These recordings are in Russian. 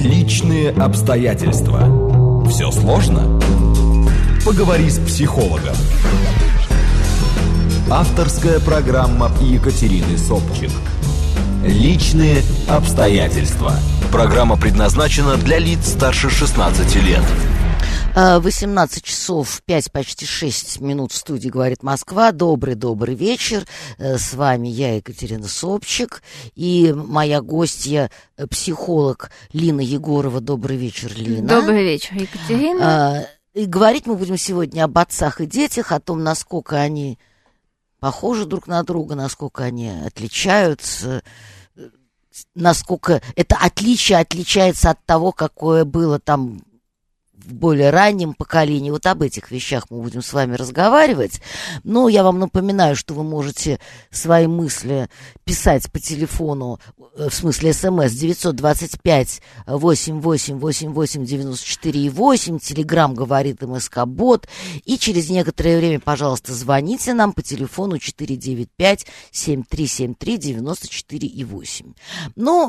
Личные обстоятельства. Все сложно? Поговори с психологом. Авторская программа Екатерины Собчик. Личные обстоятельства. Программа предназначена для лиц старше 16 лет. 18 часов 5, почти 6 минут в студии «Говорит Москва». Добрый вечер. С вами я, Екатерина Собчик, и моя гостья, психолог Лина Егорова. Добрый вечер, Лина. Добрый вечер, Екатерина. И говорить мы будем сегодня об отцах и детях, о том, насколько они похожи друг на друга, насколько они отличаются, насколько это отличие отличается от того, какое было там в более раннем поколении. Вот об этих вещах мы будем с вами разговаривать. Но я вам напоминаю, что вы можете свои мысли писать по телефону, в смысле СМС 925-88-88-94-8. Телеграм говорит МСК Бот. И через некоторое время, пожалуйста, звоните нам по телефону 495-7373-94-8. Ну,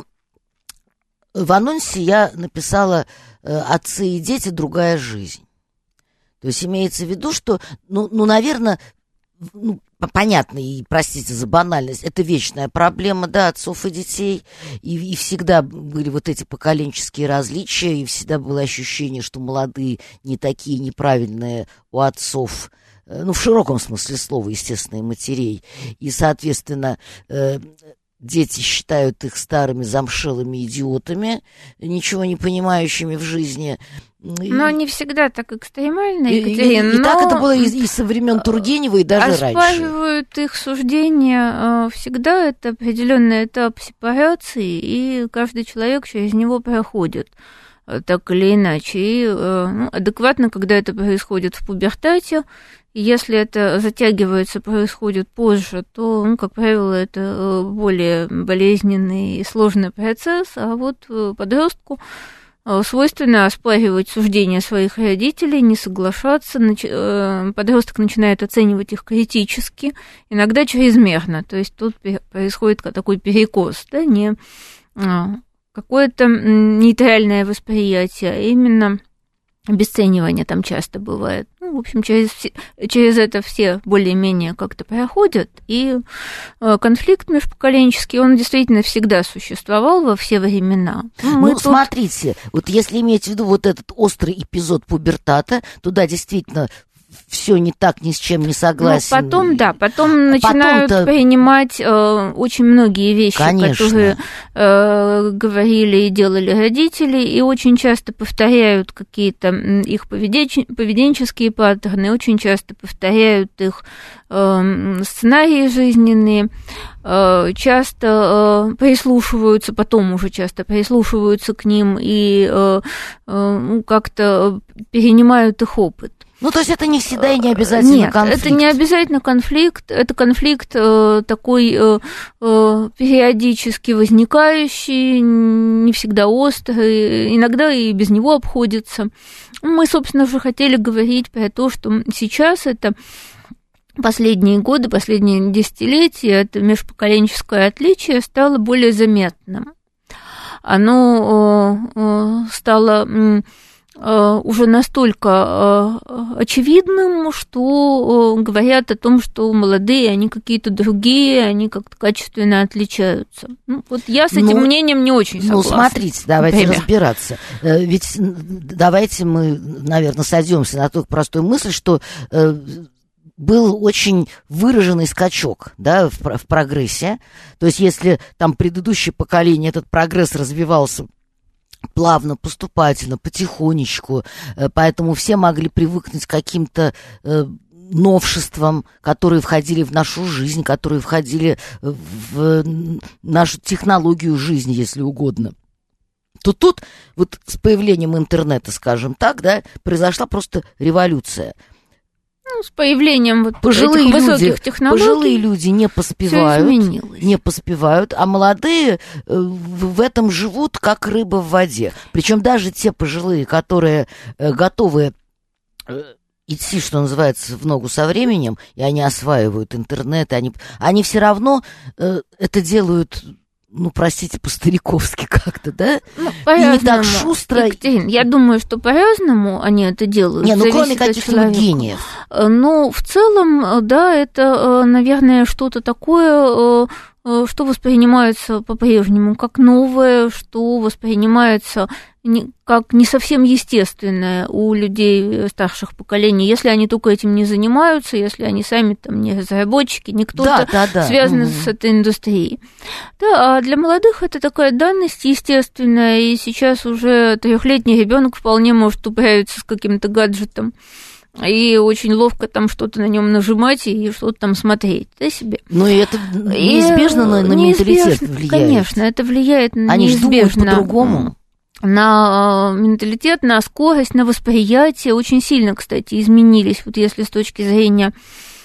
в анонсе я написала «Отцы и дети. Другая жизнь». То есть имеется в виду, что, наверное, понятно, и простите за банальность, это вечная проблема, да, отцов и детей, и всегда были вот эти поколенческие различия, и всегда было ощущение, что молодые не такие неправильные у отцов, в широком смысле слова, естественно, и матерей, и, соответственно, дети считают их старыми замшелыми идиотами, ничего не понимающими в жизни. Но не всегда так экстремально, Екатерина. И так это было и со времен Тургенева, и даже раньше. Оспаривают их суждения. Всегда это определенный этап сепарации, и каждый человек через него проходит, так или иначе. И адекватно, когда это происходит в пубертате, если это затягивается, происходит позже, то, как правило, это более болезненный и сложный процесс, а вот подростку свойственно оспаривать суждения своих родителей, не соглашаться. Подросток начинает оценивать их критически, иногда чрезмерно. То есть тут происходит такой перекос, да, не какое-то нейтральное восприятие, а именно обесценивание там часто бывает. В общем, через это все более-менее как-то проходят, и конфликт межпоколенческий, он действительно всегда существовал во все времена. Смотрите, вот если иметь в виду вот этот острый эпизод пубертата, то да, действительно, все не так, ни с чем не согласен. Потом начинают принимать очень многие вещи, конечно, которые говорили и делали родители, и очень часто повторяют какие-то их поведенческие паттерны, очень часто повторяют их сценарии жизненные, часто прислушиваются к ним и как-то перенимают их опыт. То есть это не всегда и не обязательно конфликт. Нет, это не обязательно конфликт, это конфликт такой периодически возникающий, не всегда острый, иногда и без него обходится. Мы, собственно же, хотели говорить про то, что сейчас это последние годы, последние десятилетия, это межпоколенческое отличие стало более заметным. Оно стало уже настолько очевидным, что говорят о том, что молодые, они какие-то другие, они как-то качественно отличаются. Вот я с этим мнением не очень согласна. Смотрите, давайте разбираться. Ведь давайте мы, наверное, сойдемся на той простой мысли, что был очень выраженный скачок, да, в прогрессе. То есть если там предыдущее поколение, этот прогресс развивался плавно, поступательно, потихонечку, поэтому все могли привыкнуть к каким-то новшествам, которые входили в нашу жизнь, которые входили в нашу технологию жизни, если угодно. То тут вот с появлением интернета, скажем так, да, произошла просто революция. С появлением вот этих высоких технологий пожилые люди не поспевают, а молодые в этом живут как рыба в воде. Причем даже те пожилые, которые готовы идти, что называется, в ногу со временем, и они осваивают интернет, они все равно это делают простите, по-стариковски как-то, да? И не так шустро. Екатерин, я думаю, что по-разному они это делают. Кроме каких-нибудь гениев. Но в целом, да, это, наверное, что-то такое, что воспринимается по-прежнему как новое, что воспринимается как не совсем естественное у людей старших поколений, если они только этим не занимаются, если они сами там не разработчики, не кто-то связан с этой индустрией. Да, а для молодых это такая данность естественная, и сейчас уже 3-летний ребенок вполне может управиться с каким-то гаджетом и очень ловко там что-то на нем нажимать и что-то там смотреть, да, себе. Но это неизбежно на менталитет влияет. Конечно, это влияет неизбежно. Они же думают по-другому. На менталитет, на скорость, на восприятие очень сильно, кстати, изменились. Вот если с точки зрения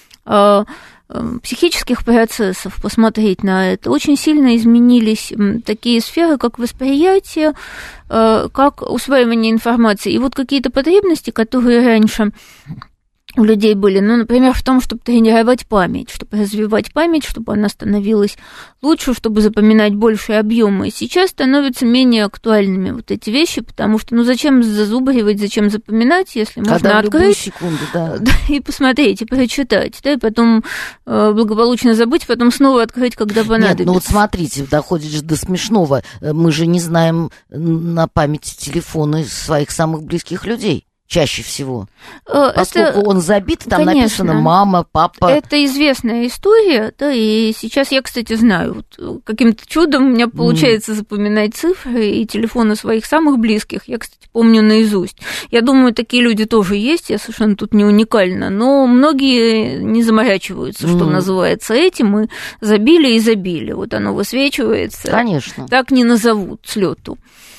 психических процессов посмотреть на это, очень сильно изменились такие сферы, как восприятие, как усваивание информации. И вот какие-то потребности, которые раньше у людей были, например, в том, чтобы тренировать память, чтобы развивать память, чтобы она становилась лучше, чтобы запоминать большие объемы. И сейчас становятся менее актуальными вот эти вещи, потому что, зачем зазубривать, зачем запоминать, если можно открыть секунду, да, и посмотреть, и прочитать, да, и потом благополучно забыть, потом снова открыть, когда понадобится. Нет, вот смотрите, доходит же до смешного. Мы же не знаем на памяти телефоны своих самых близких людей. Чаще всего. Поскольку он забит, там написано мама, папа. Это известная история, да, и сейчас я, кстати, знаю, вот, каким-то чудом у меня получается запоминать цифры и телефоны своих самых близких. Я, кстати, помню наизусть. Я думаю, такие люди тоже есть, я совершенно тут не уникальна, но многие не заморачиваются, что называется, этим, и забили. Вот оно высвечивается. Конечно. Так не назовут с лету.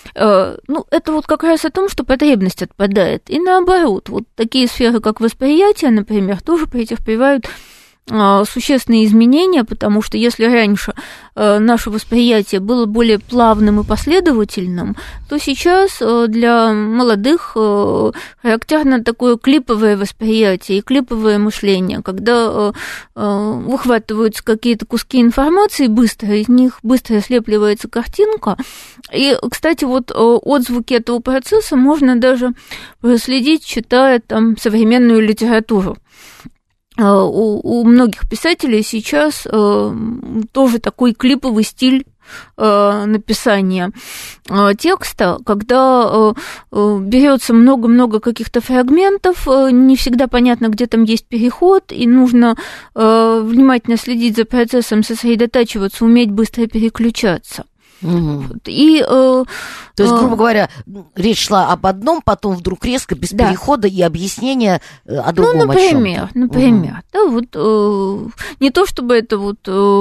Это вот как раз о том, что потребность отпадает. И наоборот, вот такие сферы, как восприятие, например, тоже претерпевают существенные изменения, потому что если раньше наше восприятие было более плавным и последовательным, то сейчас для молодых характерно такое клиповое восприятие и клиповое мышление, когда выхватываются какие-то куски информации быстро, из них быстро слепливается картинка. И, кстати, вот отзвуки этого процесса можно даже проследить, читая там современную литературу. У многих писателей сейчас тоже такой клиповый стиль написания текста, когда берется много-много каких-то фрагментов, не всегда понятно, где там есть переход, и нужно внимательно следить за процессом, сосредотачиваться, уметь быстро переключаться. И, то есть, грубо говоря, речь шла об одном, потом вдруг резко, без перехода и объяснения о другом. Например. Да, вот, не то чтобы это вот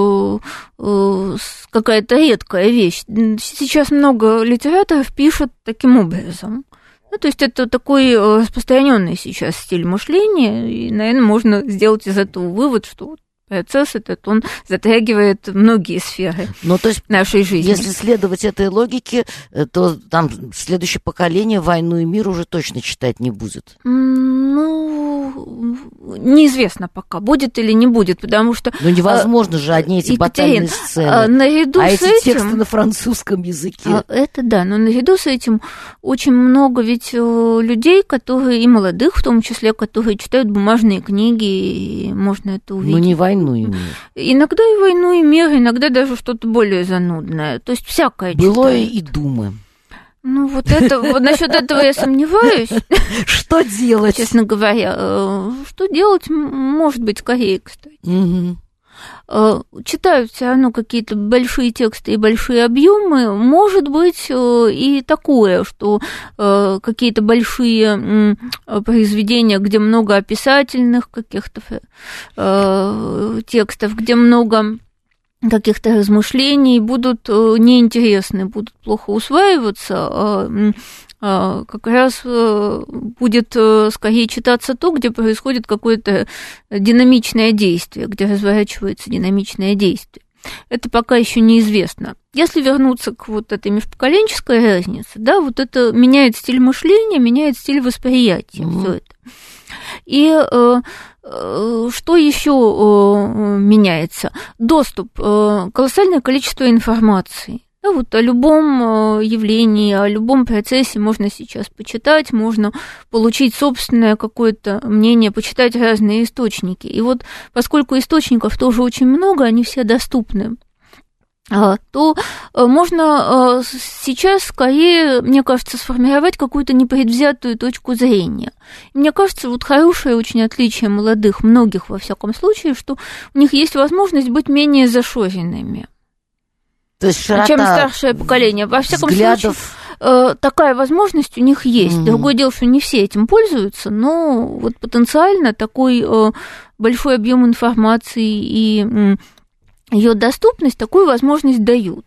какая-то редкая вещь. Сейчас много литераторов пишут таким образом. То есть это такой распространенный сейчас стиль мышления, и, наверное, можно сделать из этого вывод, что процесс этот, он затрагивает многие сферы нашей жизни. Если следовать этой логике, то там следующее поколение «Войну и мир» уже точно читать не будет. Неизвестно пока, будет или не будет, потому что... невозможно же одни эти батальные сцены, эти тексты на французском языке. Это да, но наряду с этим очень много ведь людей, которые, и молодых в том числе, которые читают бумажные книги, и можно это увидеть. Не «Войну и мир». Иногда и «Войну и мир», иногда даже что-то более занудное. То есть всякое читают. Былое и думы. Вот насчет этого я сомневаюсь. Что делать? Честно говоря, что делать, может быть, скорее, кстати. Читают все равно какие-то большие тексты и большие объемы. Может быть и такое, что какие-то большие произведения, где много описательных каких-то текстов, где много каких-то размышлений, будут неинтересны, будут плохо усваиваться, как раз будет скорее читаться то, где происходит какое-то динамичное действие, где разворачивается динамичное действие. Это пока еще неизвестно. Если вернуться к вот этой межпоколенческой разнице, да, вот это меняет стиль мышления, меняет стиль восприятия, все это. И Что еще меняется? Доступ, колоссальное количество информации. Да, вот о любом явлении, о любом процессе можно сейчас почитать, можно получить собственное какое-то мнение, почитать разные источники. И вот поскольку источников тоже очень много, они все доступны, то можно сейчас скорее, мне кажется, сформировать какую-то непредвзятую точку зрения. И мне кажется, вот хорошее очень отличие молодых, многих во всяком случае, что у них есть возможность быть менее зашоренными, то есть широта чем старшее поколение. Во всяком взглядов... случае, такая возможность у них есть. Другое дело, что не все этим пользуются, но вот потенциально такой большой объем информации и ее доступность такую возможность дают.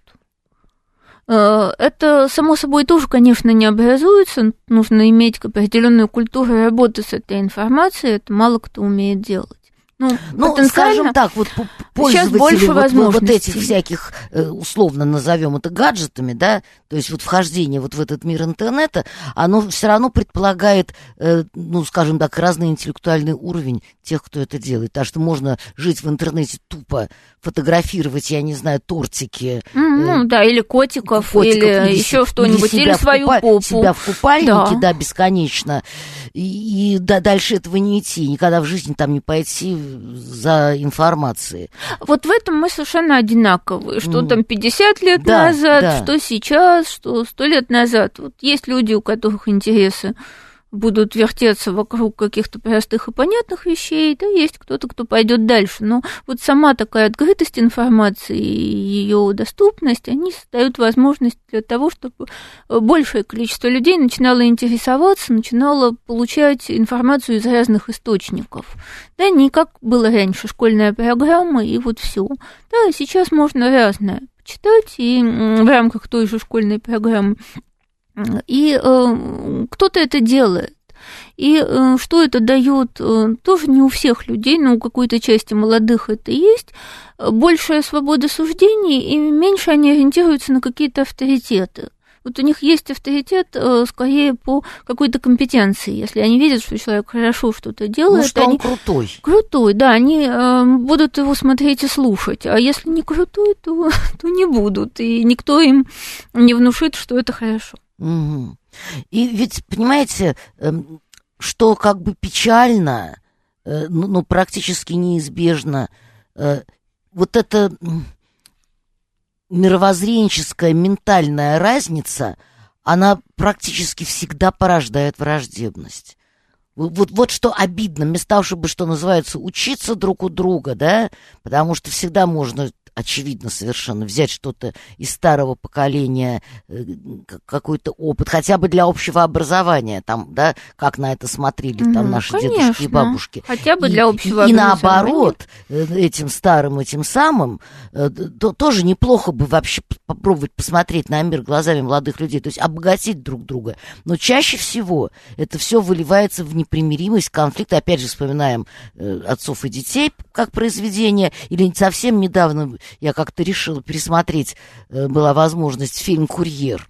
Это, само собой, тоже, конечно, не образуется. Нужно иметь определенную культуру работы с этой информацией. Это мало кто умеет делать. Ну, скажем так, вот пользователи вот этих всяких, условно назовем это гаджетами, да, то есть вот вхождение вот в этот мир интернета, оно все равно предполагает, ну, скажем так, разный интеллектуальный уровень тех, кто это делает. Потому что можно жить в интернете тупо, фотографировать, я не знаю, тортики. Ну, да, или котиков или еще что-нибудь, или свою попу. Себя в купальнике, да, бесконечно. И дальше этого не идти, никогда в жизни там не пойти за информацией. Вот в этом мы совершенно одинаковые. Что там 50 лет назад, что сейчас, что 100 лет назад. Вот есть люди, у которых интересы будут вертеться вокруг каких-то простых и понятных вещей, да, есть кто-то, кто пойдет дальше. Но вот сама такая открытость информации и ее доступность, они создают возможность для того, чтобы большее количество людей начинало интересоваться, начинало получать информацию из разных источников. Да, не как было раньше, школьная программа, и вот все. Да, сейчас можно разное почитать, и в рамках той же школьной программы. И кто-то это делает. И что это дает, тоже не у всех людей, но у какой-то части молодых это есть. Большая свобода суждений, и меньше они ориентируются на какие-то авторитеты. Вот у них есть авторитет скорее по какой-то компетенции. Если они видят, что человек хорошо что-то делает, ну, что он крутой. Крутой, да, они будут его смотреть и слушать. А если не крутой, то не будут. И никто им не внушит, что это хорошо. Угу. И ведь, понимаете, что как бы печально, ну, практически неизбежно, вот эта мировоззренческая, ментальная разница, она практически всегда порождает враждебность. Вот что обидно, вместо того, чтобы, что называется, учиться друг у друга, да, потому что всегда можно, очевидно совершенно, взять что-то из старого поколения, какой-то опыт, хотя бы для общего образования, там, да, как на это смотрели там наши дедушки и бабушки. Хотя бы для общего образования. И наоборот, этим старым, этим самым, тоже неплохо бы вообще попробовать посмотреть на мир глазами молодых людей, то есть обогатить друг друга. Но чаще всего это все выливается в непримиримость, конфликт. Опять же, вспоминаем «Отцов и детей» как произведение, или совсем недавно я как-то решила пересмотреть, была возможность, фильм «Курьер».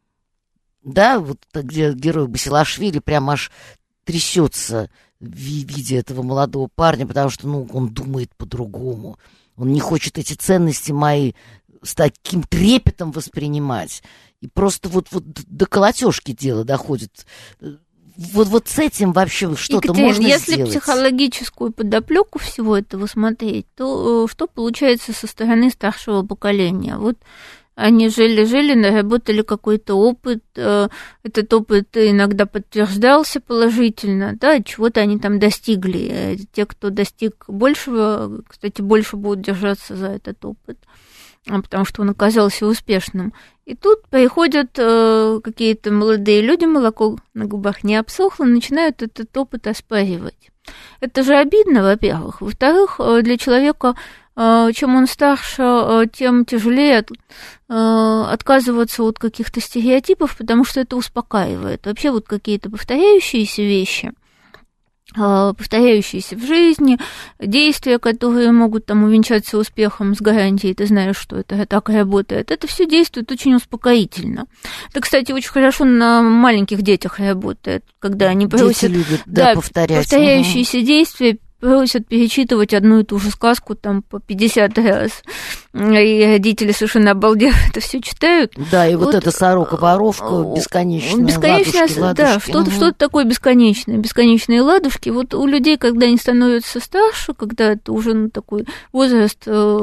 Да, вот где герой Басилашвили прям аж трясется в виде этого молодого парня, потому что, ну, он думает по-другому. Он не хочет эти ценности мои с таким трепетом воспринимать. И просто вот до колотёжки дело доходит. Вот с этим вообще что-то Екатерина, можно если сделать? Если психологическую подоплеку всего этого смотреть, то что получается со стороны старшего поколения? Вот они жили, наработали какой-то опыт, этот опыт иногда подтверждался положительно, да, чего-то они там достигли. Те, кто достиг большего, кстати, больше будут держаться за этот опыт, потому что он оказался успешным. И тут приходят какие-то молодые люди, молоко на губах не обсохло, начинают этот опыт оспаривать. Это же обидно, во-первых. Во-вторых, для человека, чем он старше, тем тяжелее отказываться от каких-то стереотипов, потому что это успокаивает. Вообще вот какие-то повторяющиеся вещи, повторяющиеся в жизни, действия, которые могут там увенчаться успехом с гарантией, ты знаешь, что это так работает, это все действует очень успокоительно. Это, кстати, очень хорошо на маленьких детях работает, когда они просят... Дети любят, повторять. Повторяющиеся действия просят перечитывать одну и ту же сказку там по 50 раз. И родители совершенно обалдев это все читают. Да, и вот эта сорока-воровка, бесконечная ладушки. Да, что-то такое бесконечное, бесконечные ладушки. Вот у людей, когда они становятся старше, когда это уже такой возраст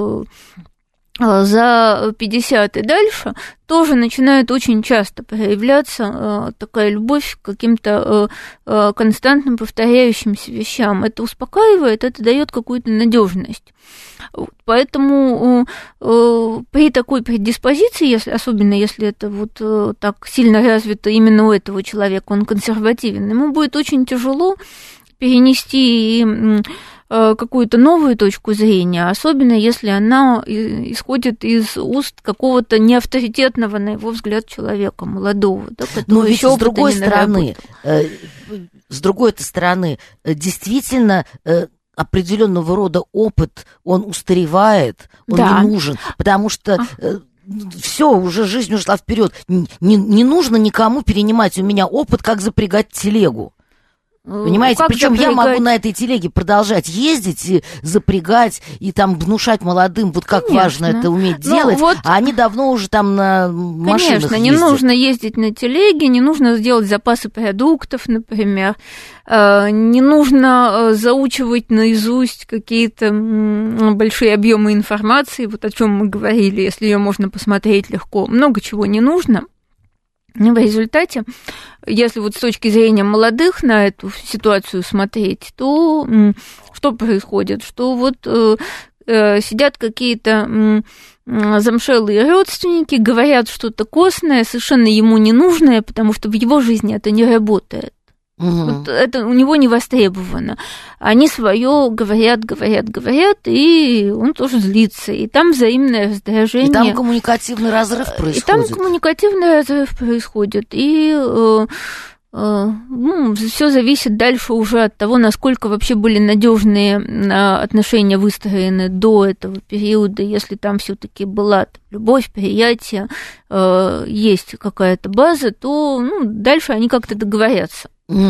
за 50 и дальше, тоже начинает очень часто проявляться такая любовь к каким-то константным повторяющимся вещам. Это успокаивает, это дает какую-то надежность. Поэтому при такой предиспозиции, особенно если это вот так сильно развито именно у этого человека, он консервативен, ему будет очень тяжело перенести какую-то новую точку зрения, особенно если она исходит из уст какого-то неавторитетного, на его взгляд, человека, молодого. Да, но ведь с другой стороны, действительно определенного рода опыт, он устаревает, он не нужен, потому что все, уже жизнь ушла вперед. Не нужно никому перенимать у меня опыт, как запрягать телегу. Понимаете, причем я могу на этой телеге продолжать ездить, и запрягать и там внушать молодым, вот как важно это уметь делать, а они давно уже там на машинах ездят. Не нужно ездить на телеге, не нужно сделать запасы продуктов, например, не нужно заучивать наизусть какие-то большие объемы информации, вот о чем мы говорили, если ее можно посмотреть легко, много чего не нужно. В результате, если вот с точки зрения молодых на эту ситуацию смотреть, то что происходит? Что вот сидят какие-то замшелые родственники, говорят что-то костное, совершенно ему не нужное, потому что в его жизни это не работает. Вот это у него не востребовано. Они свое говорят, и он тоже злится. И там взаимное раздражение. И там коммуникативный разрыв происходит. И все зависит дальше уже от того, насколько вообще были надежные отношения выстроены до этого периода. Если там все-таки была любовь, приятие, есть какая-то база, то дальше они как-то договорятся.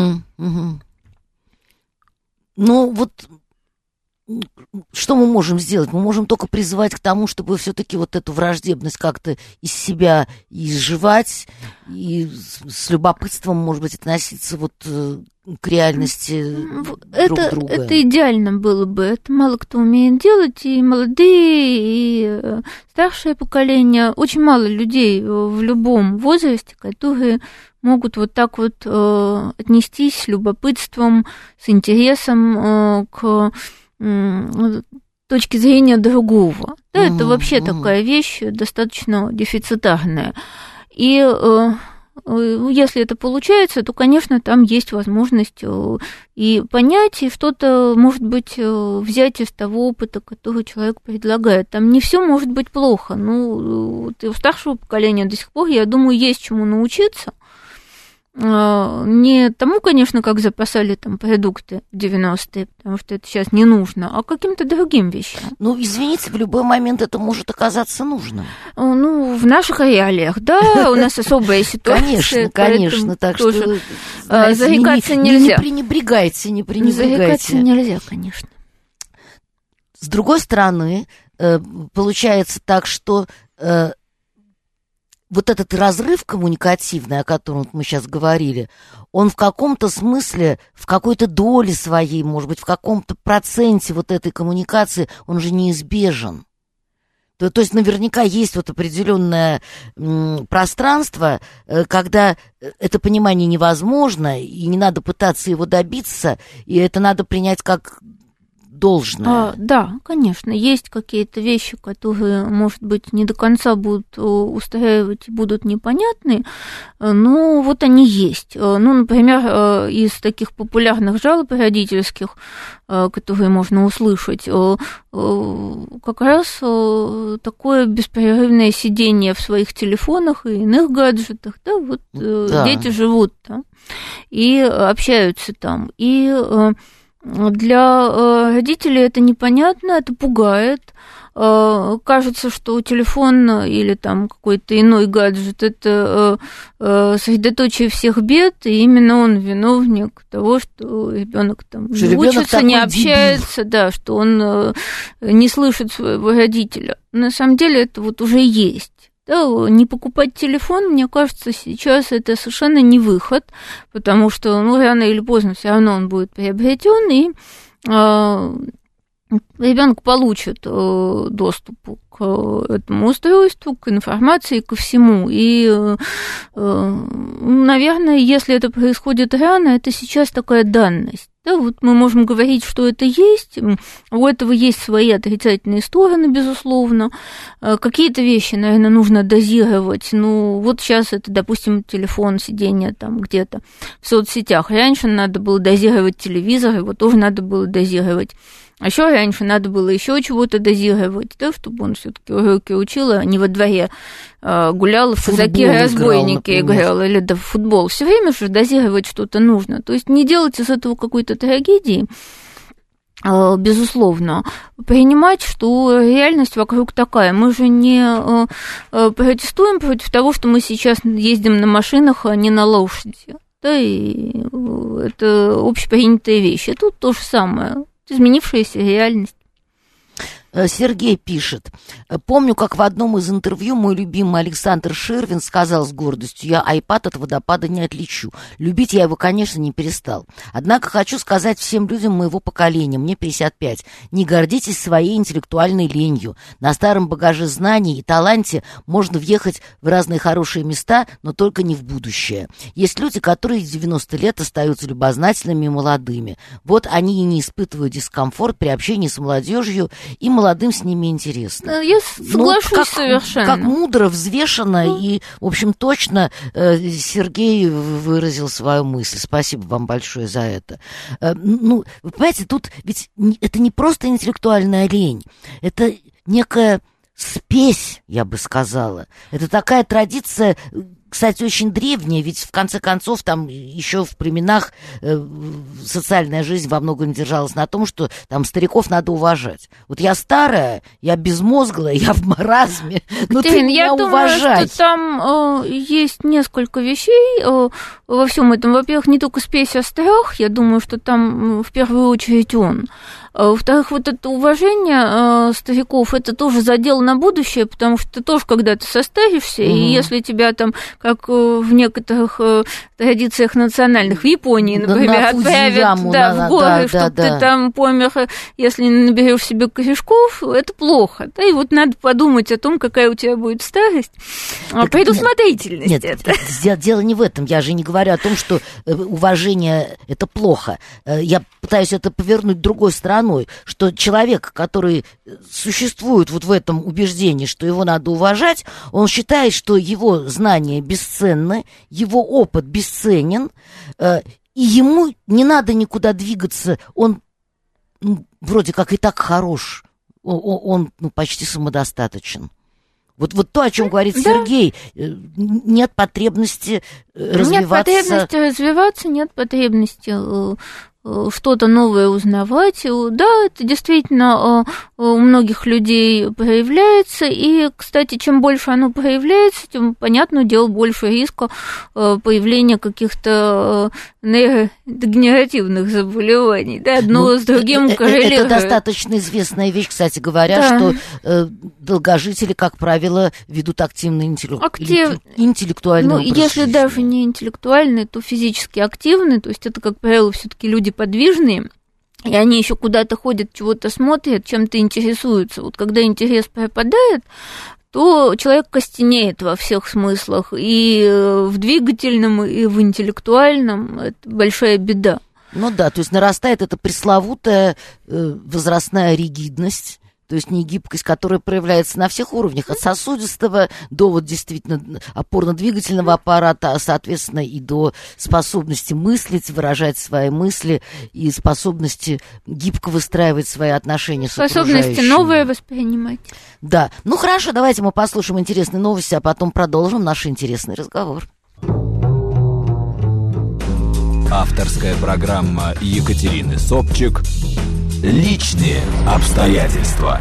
Ну, вот что мы можем сделать? Мы можем только призывать к тому, чтобы все-таки вот эту враждебность как-то из себя изживать и с любопытством, может быть, относиться вот к реальности друг друга. Это идеально было бы. Это мало кто умеет делать, и молодые, и старшее поколение. Очень мало людей в любом возрасте, которые могут вот так вот отнестись с любопытством, с интересом к точки зрения другого. Да, это вообще такая вещь достаточно дефицитарная. И если это получается, то, конечно, там есть возможность и понять, и что-то, может быть, взять из того опыта, который человек предлагает. Там не все может быть плохо. Ну, у старшего поколения до сих пор, я думаю, есть чему научиться. Не тому, конечно, как запасали там продукты в 90-е, потому что это сейчас не нужно, а каким-то другим вещам. Ну, извините, в любой момент это может оказаться нужным. Ну, в наших реалиях, да, у нас особая ситуация. Конечно, так что зарекаться нельзя. Не пренебрегайте. Зарекаться нельзя, конечно. С другой стороны, получается так, что вот этот разрыв коммуникативный, о котором мы сейчас говорили, он в каком-то смысле, в какой-то доле своей, может быть, в каком-то проценте вот этой коммуникации, он же неизбежен. То есть наверняка есть вот определенное пространство, когда это понимание невозможно, и не надо пытаться его добиться, и это надо принять как должное. Да, конечно, есть какие-то вещи, которые, может быть, не до конца будут устраивать и будут непонятны, но вот они есть. Ну, например, из таких популярных жалоб родительских, которые можно услышать, как раз такое беспрерывное сидение в своих телефонах и иных гаджетах, да, вот дети живут там и общаются там, и Для родителей это непонятно, это пугает. Кажется, что телефон или там какой-то иной гаджет – это средоточие всех бед, и именно он виновник того, что ребенок там не учится, не общается, да, что он не слышит своего родителя. На самом деле это вот уже есть. Да, не покупать телефон, мне кажется, сейчас это совершенно не выход, потому что, рано или поздно все равно он будет приобретен, и ребенок получит доступ к этому устройству, к информации, ко всему. И, наверное, если это происходит рано, это сейчас такая данность. Да, вот мы можем говорить, что это есть, у этого есть свои отрицательные стороны, безусловно. Какие-то вещи, наверное, нужно дозировать. Вот сейчас это, допустим, телефон, сидение там где-то в соцсетях. Раньше надо было дозировать телевизор, его тоже надо было дозировать. А еще раньше надо было еще чего-то дозировать, да, чтобы он все-таки уроки учил, а не во дворе гулял, в казаки-разбойники играл, или да, в футбол. Все время же дозировать что-то нужно. То есть не делать из этого какой-то трагедии, безусловно. Принимать, что реальность вокруг такая. Мы же не протестуем против того, что мы сейчас ездим на машинах, а не на лошади. Да, и это общепринятая вещь. И тут то же самое. Изменившаяся реальность. Сергей пишет: помню, как в одном из интервью мой любимый Александр Ширвин сказал с гордостью: я iPad от водопада не отличу. Любить я его, конечно, не перестал. Однако хочу сказать всем людям моего поколения, мне 55, не гордитесь своей интеллектуальной ленью. На старом багаже знаний и таланте можно въехать в разные хорошие места, но только не в будущее. Есть люди, которые в 90 лет остаются любознательными и молодыми. Вот они и не испытывают дискомфорт при общении с молодежью, и молодым с ними интересно. Я соглашусь совершенно. Как мудро, взвешенно и, в общем, точно Сергей выразил свою мысль. Спасибо вам большое за это. Вы понимаете, тут ведь это не просто интеллектуальная лень, это некая спесь, я бы сказала. Это такая традиция, кстати, очень древняя, ведь в конце концов там еще в племенах социальная жизнь во многом держалась на том, что там стариков надо уважать. Вот я старая, я безмозглая, я в маразме, но ты меня уважай. Я думаю, что там есть несколько вещей во всем этом. Во-первых, не только спесь, а страх. Я думаю, что там в первую очередь он. Во-вторых, вот это уважение стариков, это тоже задел на будущее, потому что ты тоже когда-то состаришься, и если тебя там, как в некоторых традициях национальных, в Японии, например, отправят в горы, чтобы ты там помер, если не наберешь себе корешков, это плохо. Да? И вот надо подумать о том, какая у тебя будет старость. Предусмотрительность. Нет, дело не в этом. Я же не говорю о том, что уважение – это плохо. Я пытаюсь это повернуть другой стороной, что человек, который существует вот в этом убеждении, что его надо уважать, он считает, что его знания бесценны, его опыт бесценен, и ему не надо никуда двигаться, он вроде как и так хорош, он почти самодостаточен. Вот то, о чем говорит Сергей, нет потребности развиваться. Нет потребности развиваться, нет потребности что-то новое узнавать. Да, это действительно у многих людей проявляется, и, кстати, чем больше оно проявляется, тем, понятное дело, больше риска появления каких-то нейродегенеративных заболеваний. Да, одно с другим коррелирует. Это достаточно известная вещь, кстати говоря, что долгожители, как правило, ведут активный интеллектуальный образ если жизни. Даже не интеллектуальный, то физически активный, то есть это, как правило, все-таки люди подвижные, и они еще куда-то ходят, чего-то смотрят, чем-то интересуются. Вот когда интерес пропадает, то человек костенеет во всех смыслах, и в двигательном, и в интеллектуальном. Это большая беда. Ну да, то есть нарастает эта пресловутая возрастная ригидность, то есть негибкость, которая проявляется на всех уровнях, от сосудистого до вот действительно опорно-двигательного аппарата, соответственно, и до способности мыслить, выражать свои мысли и способности гибко выстраивать свои отношения с окружающими. Способности новые воспринимать. Да. Ну хорошо, давайте мы послушаем интересные новости, а потом продолжим наш интересный разговор. Авторская программа Екатерины Собчик «Личные обстоятельства».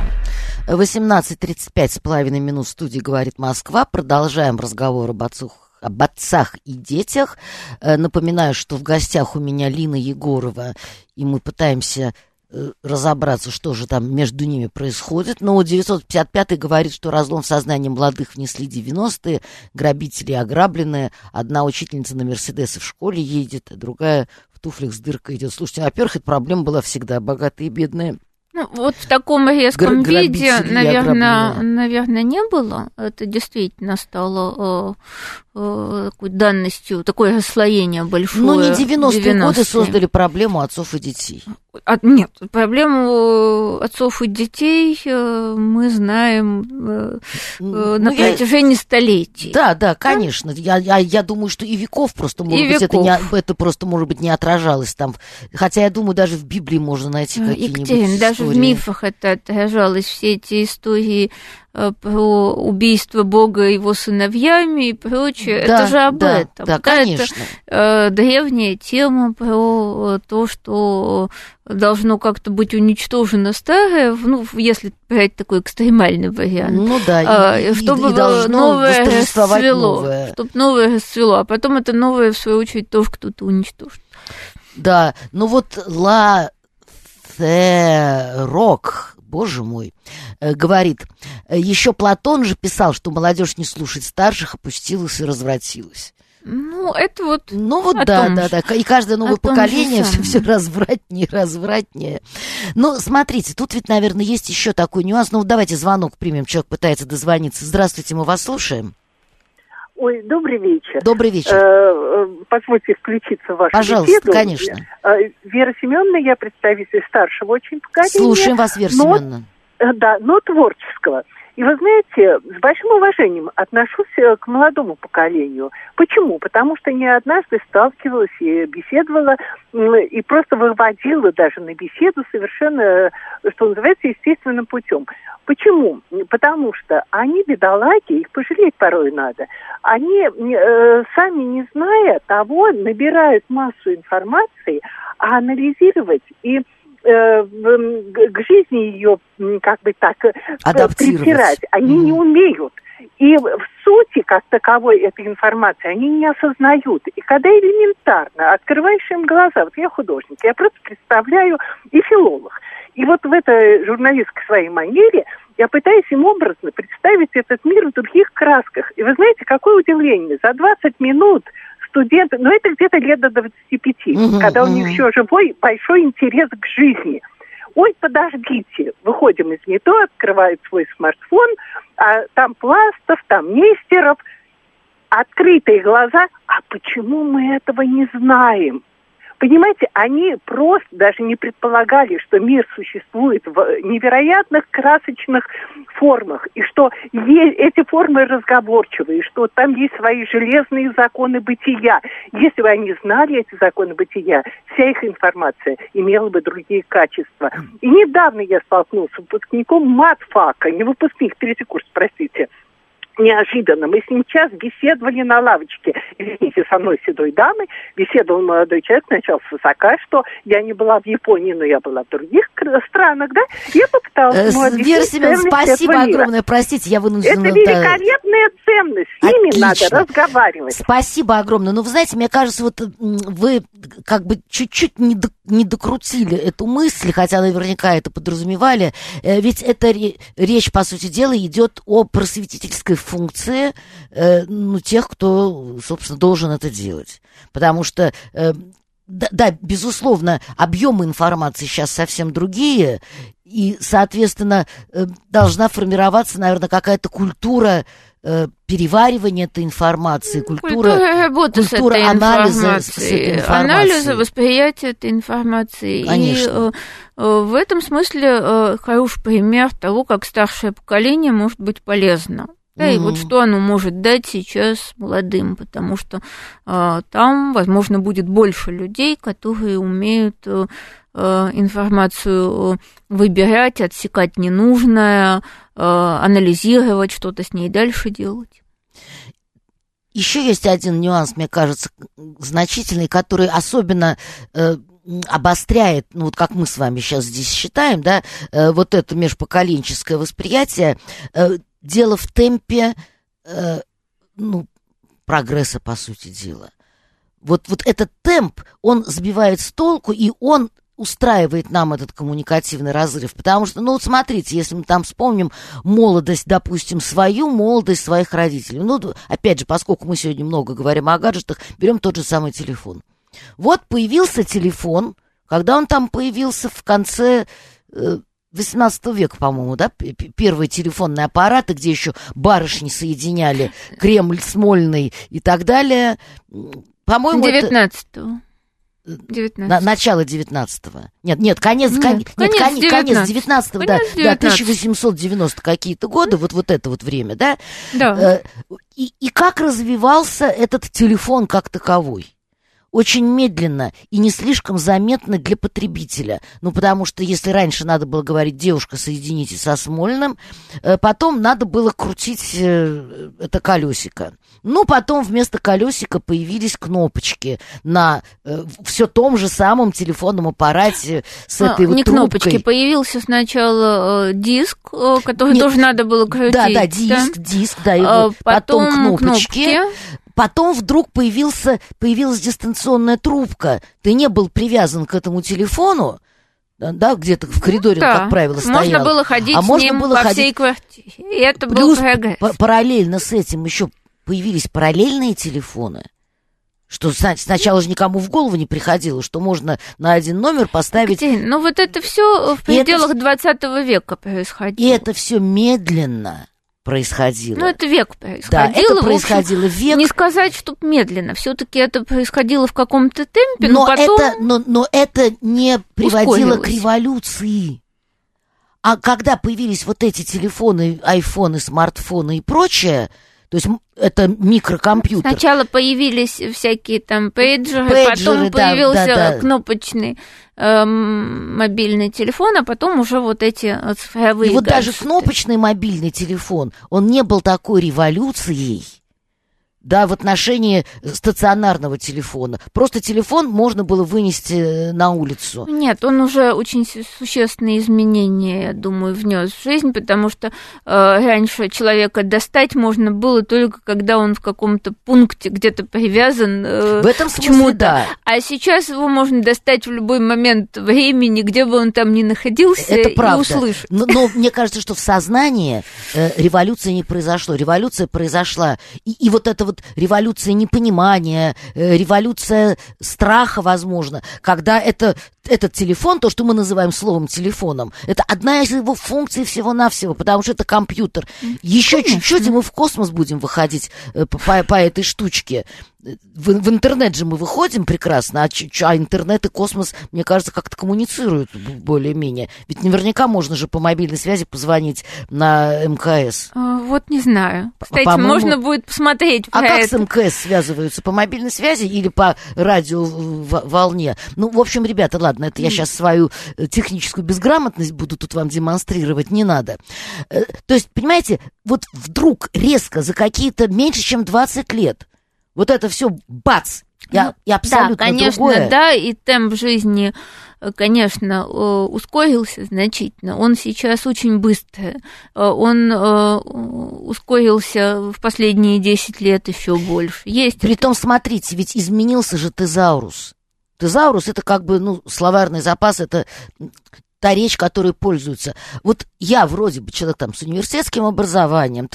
18:35 в студии «Говорит Москва». Продолжаем разговор об отцах и детях. Напоминаю, что в гостях у меня Лина Егорова, и мы пытаемся разобраться, что же там между ними происходит. Но 955-й говорит, что разлом в сознании молодых внесли 90-е, грабители ограбленные. Одна учительница на Мерседесе в школе едет, а другая в туфлях с дыркой идет. Слушайте, во-первых, эта проблема была всегда, богатые и бедные. Ну, вот в таком резком виде, наверное, не было. Это действительно стало такой данностью, такое расслоение большое. Ну, не 90-е годы создали проблему отцов и детей. Нет, проблему отцов и детей мы знаем на протяжении столетий. Да, конечно. Я думаю, что и веков просто, может быть, это просто, может быть, не отражалось там. Хотя, я думаю, даже в Библии можно найти какие-нибудь истории. Даже в мифах это отражалось, все эти истории про убийство Бога его сыновьями и прочее, да, это же об этом. Да, конечно. Это древняя тема про то, что должно как-то быть уничтожено старое, ну, если брать такой экстремальный вариант. Ну да, чтобы и должно новое расцвело. Чтобы новое расцвело, а потом это новое, в свою очередь, тоже кто-то уничтожит. Да, ну вот Рок, боже мой, говорит, еще Платон же писал, что молодежь не слушает старших, опустилась и развратилась. Ну, это вот... Ну, вот да. И каждое новое поколение все развратнее. Ну, смотрите, тут ведь, наверное, есть еще такой нюанс. Ну, давайте звонок примем. Человек пытается дозвониться. Здравствуйте, мы вас слушаем. Ой, добрый вечер. Добрый вечер. Позвольте включиться в вашу беседу. Пожалуйста, конечно. Вера Семеновна, я представитель старшего очень поколения. Слушаем вас, Вера Семеновна. Да, но творческого. И вы знаете, с большим уважением отношусь к молодому поколению. Почему? Потому что не однажды сталкивалась и беседовала, и просто выводила даже на беседу совершенно, что называется, естественным путем. Почему? Потому что они, бедолаги, их пожалеть порой надо, они, сами не зная того, набирают массу информации, а анализировать и к жизни ее, как бы так, притирать они не умеют. И в сути, как таковой, этой информации они не осознают. И когда элементарно открываешь им глаза, вот я художник, я просто представляю и филолог. И вот в этой журналистской своей манере я пытаюсь им образно представить этот мир в других красках. И вы знаете, какое удивление, за 20 минут студенты, но это где-то лет до 25, когда у них еще живой большой интерес к жизни. Ой, подождите, выходим из метро, открывают свой смартфон, а там Пластов, там Нестеров, открытые глаза, а почему мы этого не знаем? Понимаете, они просто даже не предполагали, что мир существует в невероятных красочных формах, и что эти формы разговорчивые, что там есть свои железные законы бытия. Если бы они знали эти законы бытия, вся их информация имела бы другие качества. И недавно я столкнулся с выпускником матфака, не выпускник, третий курс, простите, неожиданно. Мы с ним час беседовали на лавочке. Извините, со мной седой дамой. Беседовал молодой человек сначала свысока, что я не была в Японии, но я была в других странах, да? Я попыталась ему объяснить. Вера Семеновна, спасибо огромное. Простите, я вынуждена... Это великолепная ценность. С ними надо разговаривать. Спасибо огромное. Ну, вы знаете, мне кажется, вот вы как бы чуть-чуть не докрутили эту мысль, хотя наверняка это подразумевали. Ведь это речь, по сути дела, идет о просветительской функции тех, кто, собственно, должен это делать. Потому что, да, безусловно, объемы информации сейчас совсем другие, и, соответственно, должна формироваться, наверное, какая-то культура переваривания этой информации, культура анализа с этой информацией. Анализа, восприятия этой информации. Конечно. И в этом смысле хороший пример того, как старшее поколение может быть полезно. Да, и вот что оно может дать сейчас молодым, потому что там, возможно, будет больше людей, которые умеют информацию выбирать, отсекать ненужное, анализировать, что-то с ней дальше делать. еще есть один нюанс, мне кажется, значительный, который особенно обостряет, ну вот как мы с вами сейчас здесь считаем, да, вот это межпоколенческое восприятие. Дело в темпе, прогресса, по сути дела. Вот этот темп, он сбивает с толку, и он устраивает нам этот коммуникативный разрыв. Потому что, ну вот смотрите, если мы там вспомним молодость, допустим, свою молодость своих родителей. Ну, опять же, поскольку мы сегодня много говорим о гаджетах, берем тот же самый телефон. Вот появился телефон, когда он там появился в конце 18 века, по-моему, да, первые телефонные аппараты, где еще барышни соединяли Кремль, Смольный и так далее. По-моему, 19-го. Начало 19-го. Нет, конец 19-го, да, 1890 какие-то годы, вот это вот время, да? Да. И как развивался этот телефон как таковой? Очень медленно и не слишком заметно для потребителя. Ну, потому что если раньше надо было говорить «девушка, соедините со Смольным», потом надо было крутить это колесико. Ну, потом вместо колесика появились кнопочки на все том же самом телефонном аппарате с этой вот не трубкой. Кнопочки, появился сначала диск, который тоже надо было крутить. Да, диск, да, и потом кнопочки. Потом вдруг появилась дистанционная трубка. Ты не был привязан к этому телефону, да, где-то в коридоре, да. Как правило, стоял. Можно было ходить с ним по всей квартире. И это Плюс был прогресс. Параллельно с этим еще появились параллельные телефоны, что сначала же никому в голову не приходило, что можно на один номер поставить... Ну вот это все в пределах 20 века происходило. И это все медленно происходило. Ну, это век происходило. Да, это происходило век. Не сказать, что медленно. Все-таки это происходило в каком-то темпе, но потом... Но это не приводило к революции. А когда появились вот эти телефоны, айфоны, смартфоны и прочее, то есть это микрокомпьютер. Сначала появились всякие там пейджеры, потом появился кнопочный мобильный телефон, а потом уже вот эти цифровые И вот гаджеты. даже кнопочный мобильный телефон, он не был такой революцией, да, в отношении стационарного телефона. Просто телефон можно было вынести на улицу. Нет, он уже очень существенные изменения, я думаю, внес в жизнь, потому что раньше человека достать можно было только когда он в каком-то пункте где-то привязан в этом к чему-то. Да. А сейчас его можно достать в любой момент времени, где бы он там ни находился, это и правда. услышать. Но мне кажется, что в сознании революция не произошла. Революция произошла. И вот это вот революция непонимания, революция страха, возможно, когда этот телефон, то, что мы называем словом телефоном, это одна из его функций всего-навсего, потому что это компьютер. Еще чуть-чуть, и мы в космос будем выходить по этой штучке. В интернет же мы выходим прекрасно, а интернет и космос, мне кажется, как-то коммуницируют более-менее. Ведь наверняка можно же по мобильной связи позвонить на МКС. Вот не знаю. Кстати, можно будет посмотреть. А как с МКС связываются? По мобильной связи или по радиоволне? Ну, в общем, ребята, ладно, это я сейчас свою техническую безграмотность буду тут вам демонстрировать, не надо. То есть, понимаете, вот вдруг резко за какие-то меньше, чем 20 лет вот это все бац, и абсолютно да, конечно, другое. Да, и темп жизни, конечно, ускорился значительно. Он сейчас очень быстрый. Он ускорился в последние 10 лет еще больше. Притом, смотрите, ведь изменился же тезаурус. Тезаурус — это как бы, словарный запас, это та речь, которой пользуются. Вот я вроде бы человек там с университетским образованием,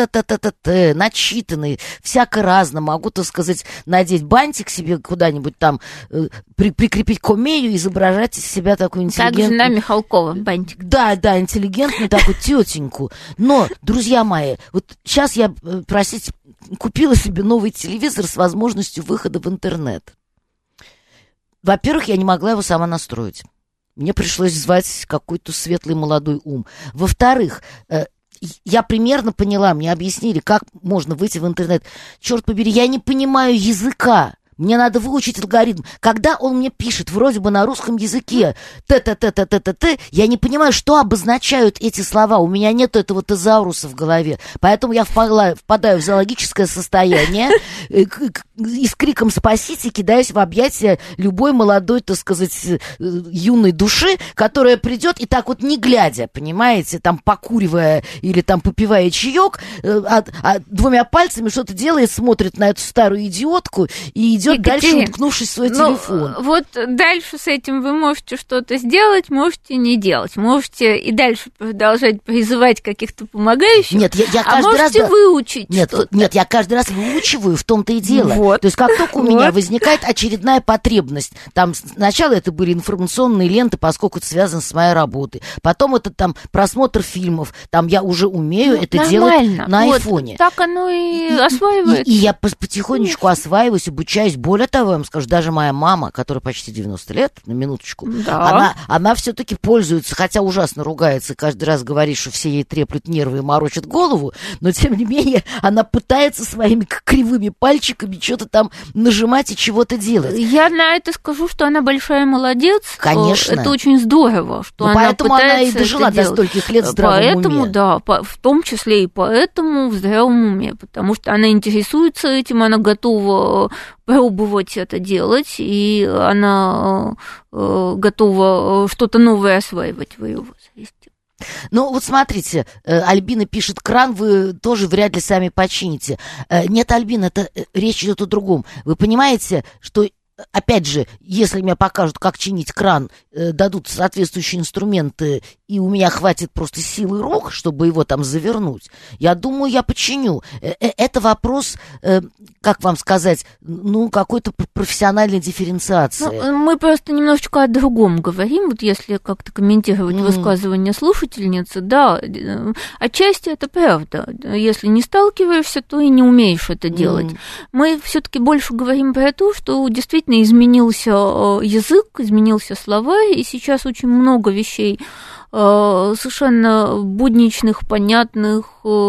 начитанный, всяко-разно, могу, так сказать, надеть бантик себе куда-нибудь там, прикрепить к комею, изображать из себя такую интеллигентную... Так, жена Михалкова, бантик. Да, интеллигентную такую тетеньку. Но, друзья мои, вот сейчас я, купила себе новый телевизор с возможностью выхода в интернет. Во-первых, я не могла его сама настроить. Мне пришлось звать какой-то светлый молодой ум. Во-вторых, я примерно поняла, мне объяснили, как можно выйти в интернет. Черт побери, я не понимаю языка. Мне надо выучить алгоритм. Когда он мне пишет вроде бы на русском языке т-т-т-т-т-т-т, я не понимаю, что обозначают эти слова. У меня нет этого тезауруса в голове. Поэтому я впадаю в зоологическое состояние и с криком «спасите» кидаюсь в объятия любой молодой, так сказать, юной души, которая придет и так вот не глядя, понимаете, там покуривая или там попивая чаек, двумя пальцами что-то делает, смотрит на эту старую идиотку и идет дальше, уткнувшись в свой телефон. Вот дальше с этим вы можете что-то сделать, можете не делать. Можете и дальше продолжать призывать каких-то помогающих, нет, я каждый можете раз выучить что-то. Нет, я каждый раз выучиваю, в том-то и дело. Вот. То есть как только у меня возникает очередная потребность, там сначала это были информационные ленты, поскольку это связано с моей работой. Потом это там просмотр фильмов, там я уже умею это делать на айфоне. Так оно и осваивается. И я потихонечку осваиваюсь, обучаюсь. Более того, я вам скажу, даже моя мама, которая почти 90 лет, на минуточку, она все-таки пользуется, хотя ужасно ругается, каждый раз говорит, что все ей треплют нервы и морочат голову, но тем не менее она пытается своими кривыми пальчиками что-то там нажимать и чего-то делать. Я на это скажу, что она большая молодец. Конечно. Это очень здорово, что она поэтому пытается она и дожила до стольких лет в здравом поэтому, уме. Да, в том числе и поэтому в здравом уме, потому что она интересуется этим, она готова пробовать это делать, и она готова что-то новое осваивать в ее возрасте. Ну, вот смотрите, Альбина пишет, кран вы тоже вряд ли сами почините. Нет, Альбина, это речь идет о другом. Вы понимаете, что, опять же, если мне покажут, как чинить кран, дадут соответствующие инструменты, и у меня хватит просто силы рук, чтобы его там завернуть, я думаю, я починю. Это вопрос, как вам сказать, ну, какой-то профессиональной дифференциации. Ну, мы просто немножечко о другом говорим, вот если как-то комментировать высказывание слушательницы, да, отчасти это правда. Если не сталкиваешься, то и не умеешь это делать. Мы все-таки больше говорим про то, что действительно изменился язык, изменился словарь, и сейчас очень много вещей совершенно будничных, понятных,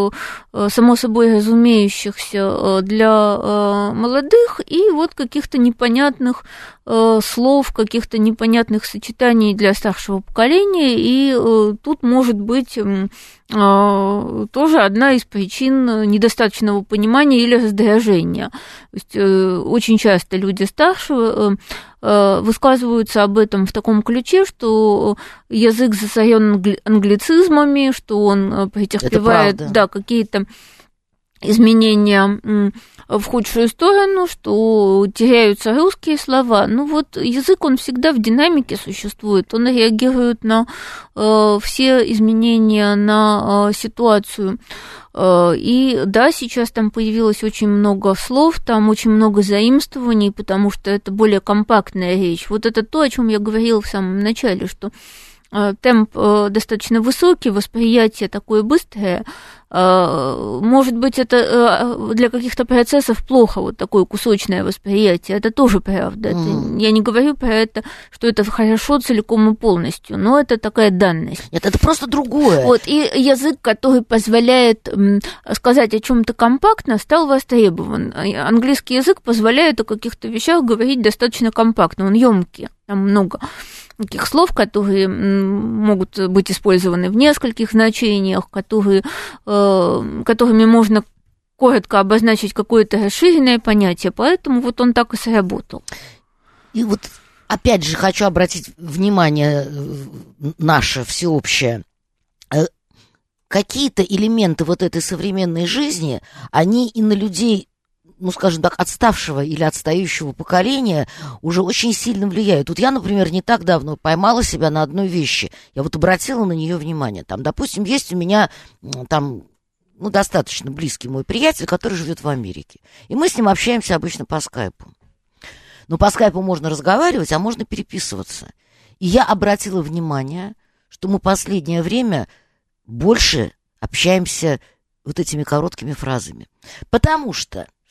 само собой разумеющихся для молодых, и вот каких-то непонятных слов, каких-то непонятных сочетаний для старшего поколения, и тут может быть тоже одна из причин недостаточного понимания или раздражения. То есть очень часто люди старшего высказываются об этом в таком ключе, что язык засорен англицизмами, что он претерпевает какие-то изменения в худшую сторону, что теряются русские слова. Ну вот язык, он всегда в динамике существует, он реагирует на все изменения, на ситуацию. И да, сейчас там появилось очень много слов, там очень много заимствований, потому что это более компактная речь. Вот это то, о чем я говорила в самом начале, что темп достаточно высокий, восприятие такое быстрое. Может быть, это для каких-то процессов плохо, вот такое кусочное восприятие, это тоже правда. Это, я не говорю про это, что это хорошо целиком и полностью, но это такая данность. Нет, это просто другое. Вот, и язык, который позволяет сказать о чем-то компактно, стал востребован. Английский язык позволяет о каких-то вещах говорить достаточно компактно, он ёмкий, там много таких слов, которые могут быть использованы в нескольких значениях, которыми можно коротко обозначить какое-то расширенное понятие, поэтому вот он так и сработал. И вот опять же хочу обратить внимание наше всеобщее. Какие-то элементы вот этой современной жизни, они и на людей, ну, скажем так, отставшего или отстающего поколения уже очень сильно влияют. Вот я, например, не так давно поймала себя на одной вещи. Я вот обратила на нее внимание. Там, допустим, есть у меня там, ну, достаточно близкий мой приятель, который живет в Америке. И мы с ним общаемся обычно по скайпу. Но по скайпу можно разговаривать, а можно переписываться. И я обратила внимание, что мы последнее время больше общаемся вот этими короткими фразами. Потому что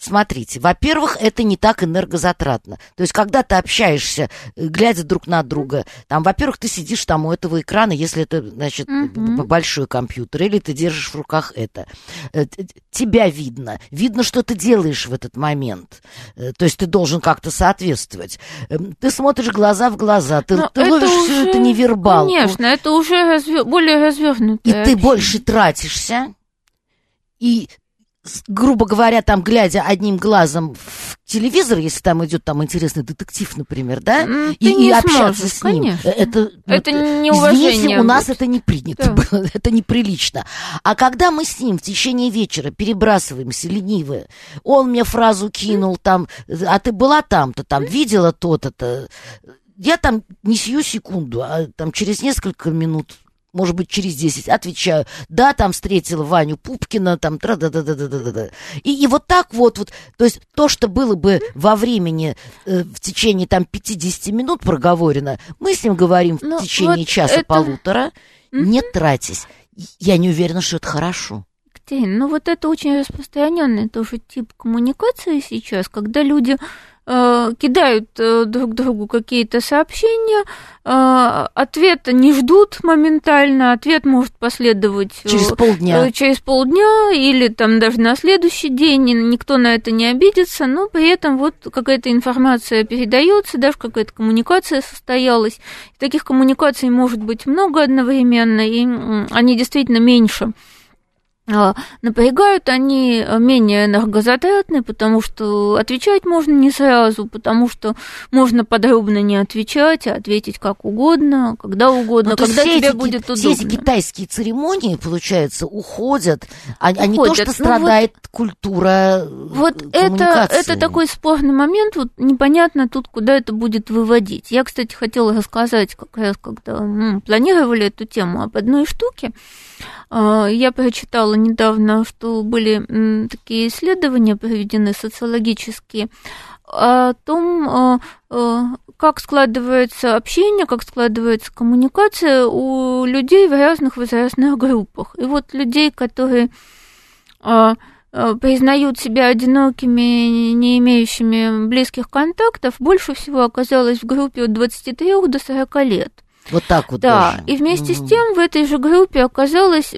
смотрите, во-первых, это не так энергозатратно. То есть, когда ты общаешься, глядя друг на друга, там, во-первых, ты сидишь там у этого экрана, если это, значит, большой компьютер, или ты держишь в руках это. Тебя видно. Видно, что ты делаешь в этот момент. То есть, ты должен как-то соответствовать. Ты смотришь глаза в глаза, ты ловишь все это невербалку. Конечно, это уже более развернутое. И ты больше тратишься, и, грубо говоря, там, глядя одним глазом в телевизор, если там идет там интересный детектив, например, да, и общаться с ним. Конечно. Это неуважение. Извините, у нас будет. это не принято было, это неприлично. А когда мы с ним в течение вечера перебрасываемся ленивые, он мне фразу кинул там, а ты была там-то, там, видела то-то-то, я там не сию секунду, а там через несколько минут, может быть, через 10, отвечаю, да, там встретила Ваню Пупкина, там, тра-да-да-да-да-да-да. И вот так вот, то есть то, что было бы во времени в течение там 50 минут проговорено, мы с ним говорим в течение вот часа-полутора, не тратясь. Я не уверена, что это хорошо. Катерина, вот это очень распространенный тоже тип коммуникации сейчас, когда люди кидают друг другу какие-то сообщения, ответа не ждут моментально, ответ может последовать через полдня или там даже на следующий день, и никто на это не обидится, но при этом вот какая-то информация передается, даже какая-то коммуникация состоялась. Таких коммуникаций может быть много одновременно, и они действительно меньше напрягают, они менее энергозатратны, потому что отвечать можно не сразу, потому что можно подробно не отвечать, а ответить как угодно, когда угодно, когда тебе будет удобно. Все эти китайские церемонии, получается, уходят, а не то, что страдает культура коммуникации. Это такой спорный момент, вот непонятно тут, куда это будет выводить. Я, кстати, хотела рассказать, как раз когда планировали эту тему, об одной штуке. Я прочитала недавно, что были такие исследования проведены социологические о том, как складывается общение, как складывается коммуникация у людей в разных возрастных группах. И вот людей, которые признают себя одинокими, не имеющими близких контактов, больше всего оказалось в группе от 23 до 40 лет. Вот так вот. Да, даже. И вместе с тем в этой же группе оказалось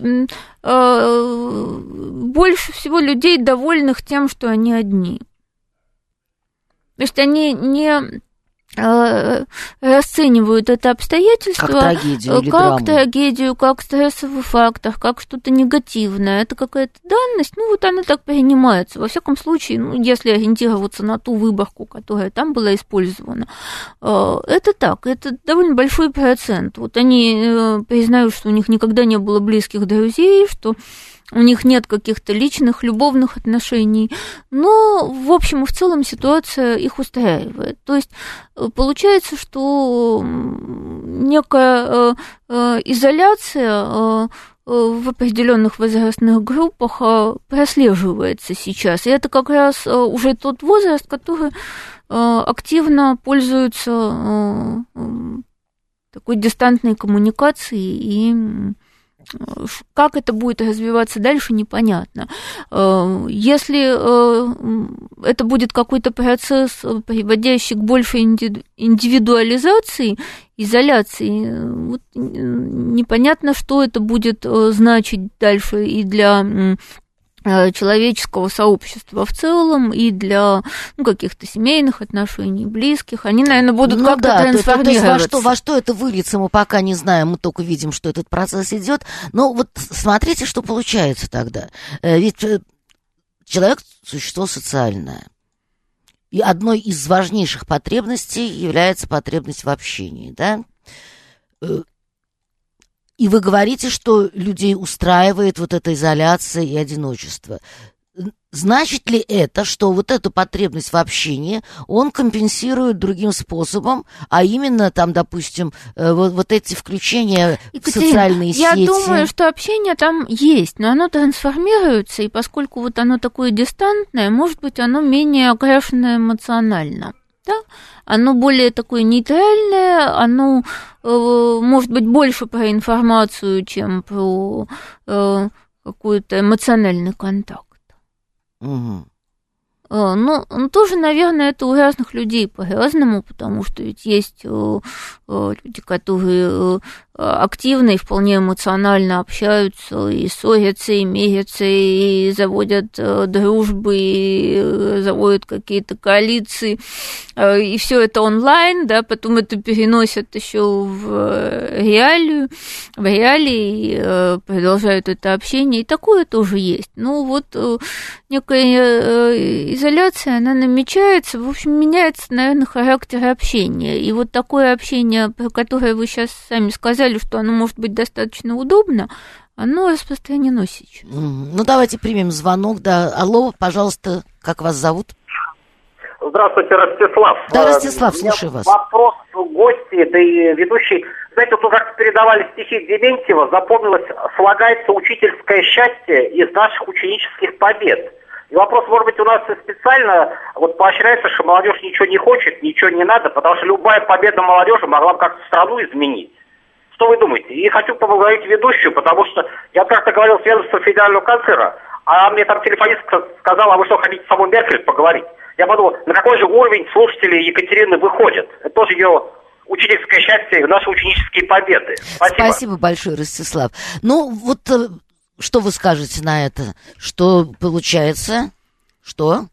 больше всего людей, довольных тем, что они одни. То есть они не расценивают это обстоятельство как трагедию, как стрессовый фактор, как что-то негативное. Это какая-то данность, вот она так принимается. Во всяком случае, если ориентироваться на ту выборку, которая там была использована, это так, это довольно большой процент. Вот они признают, что у них никогда не было близких друзей, что у них нет каких-то личных, любовных отношений, но, в общем и в целом, ситуация их устраивает. То есть получается, что некая изоляция в определенных возрастных группах прослеживается сейчас. И это как раз уже тот возраст, который активно пользуется такой дистантной коммуникацией, и как это будет развиваться дальше, непонятно. Если это будет какой-то процесс, приводящий к большей индивидуализации, изоляции, непонятно, что это будет значить дальше и для человеческого сообщества в целом, и для каких-то семейных отношений, близких. Они, наверное, будут как-то трансформироваться. То есть во что это выльется, мы пока не знаем, мы только видим, что этот процесс идет. Но вот смотрите, что получается тогда. Ведь человек – существо социальное. И одной из важнейших потребностей является потребность в общении, да? И вы говорите, что людей устраивает вот эта изоляция и одиночество. Значит ли это, что вот эту потребность в общении он компенсирует другим способом, а именно там, допустим, вот эти включения в социальные сети? Я думаю, что общение там есть, но оно трансформируется, и поскольку вот оно такое дистантное, может быть, оно менее окрашенное эмоционально. Да? Оно более такое нейтральное, оно может быть больше про информацию, чем про какой-то эмоциональный контакт. Угу. Но тоже, наверное, это у разных людей по-разному, потому что ведь есть люди, которые активно и вполне эмоционально общаются, и ссорятся, и мирятся, и заводят дружбы, и заводят какие-то коалиции, и все это онлайн, да, потом это переносят еще в реалии, и продолжают это общение, и такое тоже есть. Ну, вот некая изоляция, она намечается, в общем, меняется, наверное, характер общения, и вот такое общение, про которое вы сейчас сами сказали, что оно может быть достаточно удобно, оно распространено сейчас. Ну, давайте примем звонок. Да. Алло, пожалуйста, как вас зовут? Здравствуйте, Ростислав. Да, Ростислав, слушаю вас. Вопрос гости, да и ведущий. Знаете, вот как передавали стихи Дементьева, запомнилось, слагается учительское счастье из наших ученических побед. И вопрос, может быть, у нас специально вот поощряется, что молодежь ничего не хочет, ничего не надо, потому что любая победа молодежи могла бы как-то страну изменить. Что вы думаете? И хочу поблагодарить ведущую, потому что я как-то говорил с ведомством федерального канцлера, а мне там телефонист сказал, а вы что, хотите с самой Меркель поговорить? Я подумал, на какой же уровень слушатели Екатерины выходят? Это тоже ее учительское счастье, наши ученические победы. Спасибо. Спасибо большое, Ростислав. Ну, вот что вы скажете на это? Что получается? Что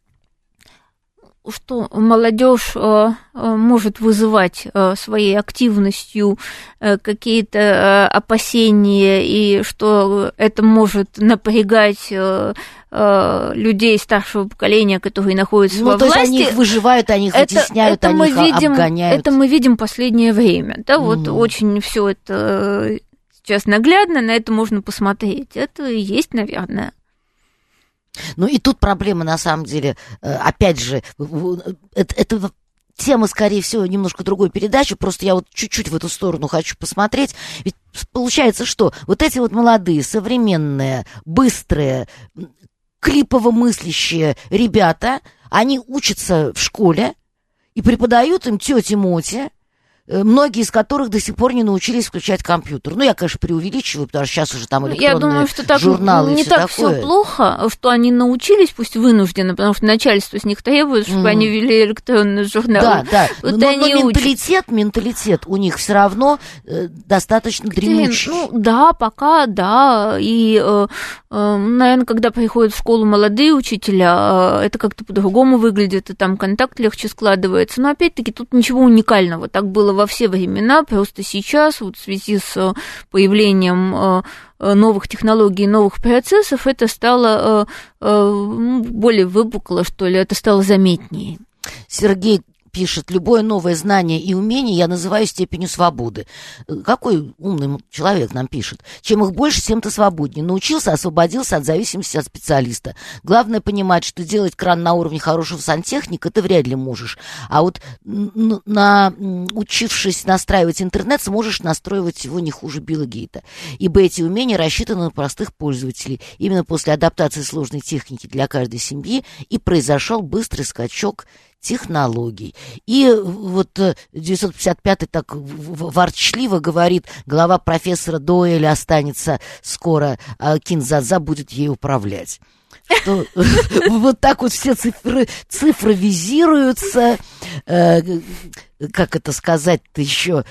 молодежь может вызывать своей активностью какие-то опасения, и что это может напрягать людей старшего поколения, которые находятся во власти. То есть они их выживают, они их вытесняют, они их обгоняют. Это мы видим последнее время. Да, вот очень все это сейчас наглядно, на это можно посмотреть. Это и есть, наверное. Ну и тут проблема, на самом деле, опять же, это тема, скорее всего, немножко другой передачи, просто я вот чуть-чуть в эту сторону хочу посмотреть. Ведь получается, что вот эти вот молодые, современные, быстрые, клипово мыслящие ребята, они учатся в школе и преподают им тети Моти, многие из которых до сих пор не научились включать компьютер. Ну, я, конечно, преувеличиваю, потому что сейчас уже там электронные журналы. Я думаю, что так журналы не так все плохо, что они научились, пусть вынужденно, потому что начальство с них требует, чтобы они вели электронные журналы. Да, вот но менталитет у них все равно достаточно дремучий. Ну, да, пока, да. И, наверное, когда приходят в школу молодые учителя, это как-то по-другому выглядит, и там контакт легче складывается. Но, опять-таки, тут ничего уникального. Так было во все времена, просто сейчас, вот в связи с появлением новых технологий, новых процессов, это стало более выпукло, что ли, это стало заметнее. Сергей пишет, любое новое знание и умение я называю степенью свободы. Какой умный человек нам пишет. Чем их больше, тем ты свободнее. Научился, освободился от зависимости от специалиста. Главное понимать, что делать кран на уровне хорошего сантехника ты вряд ли можешь. А вот учившись настраивать интернет, сможешь настроивать его не хуже Билла Гейта. Ибо эти умения рассчитаны на простых пользователей. Именно после адаптации сложной техники для каждой семьи и произошел быстрый скачок технологий. И вот 955-й так ворчливо говорит, голова профессора Доэля останется скоро, а Кинзадза будет ей управлять. Что вот так вот все цифровизируются, как это сказать-то еще,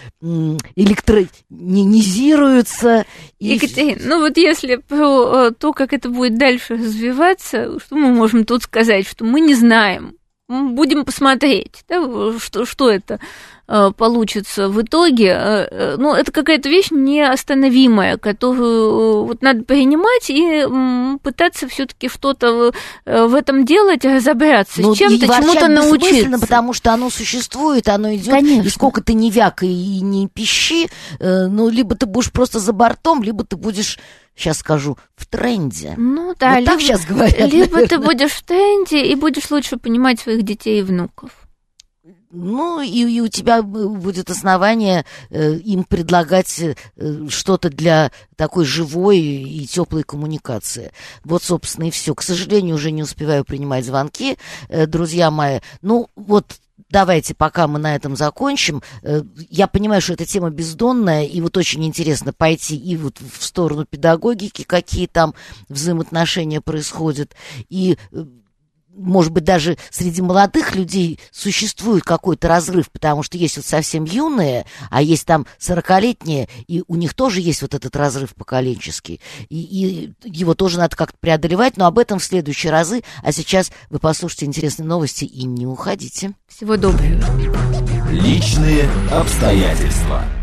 электронизируются. Екатерина, ну вот если про то, как это будет дальше развиваться, что мы можем тут сказать, что мы не знаем. Будем посмотреть, да, что это получится в итоге. Ну, это какая-то вещь неостановимая, которую вот надо принимать и пытаться все-таки что-то в этом делать, разобраться с чем-то, чему-то научиться. Потому что оно существует, оно идет. Конечно. И сколько ты не вякай и не пищи, ну, либо ты будешь просто за бортом, либо ты будешь, сейчас скажу, в тренде. Ну да, вот так сейчас говорят, либо наверное. Ты будешь в тренде и будешь лучше понимать своих детей и внуков. Ну, и у тебя будет основание им предлагать что-то для такой живой и теплой коммуникации. Вот, собственно, и все. К сожалению, уже не успеваю принимать звонки, друзья мои. Ну, вот давайте, пока мы на этом закончим. Я понимаю, что эта тема бездонная, и вот очень интересно пойти и вот в сторону педагогики, какие там взаимоотношения происходят, и может быть, даже среди молодых людей существует какой-то разрыв, потому что есть вот совсем юные, а есть там 40-летние, и у них тоже есть вот этот разрыв поколенческий. И его тоже надо как-то преодолевать, но об этом в следующие разы. А сейчас вы послушайте интересные новости и не уходите. Всего доброго. Личные обстоятельства.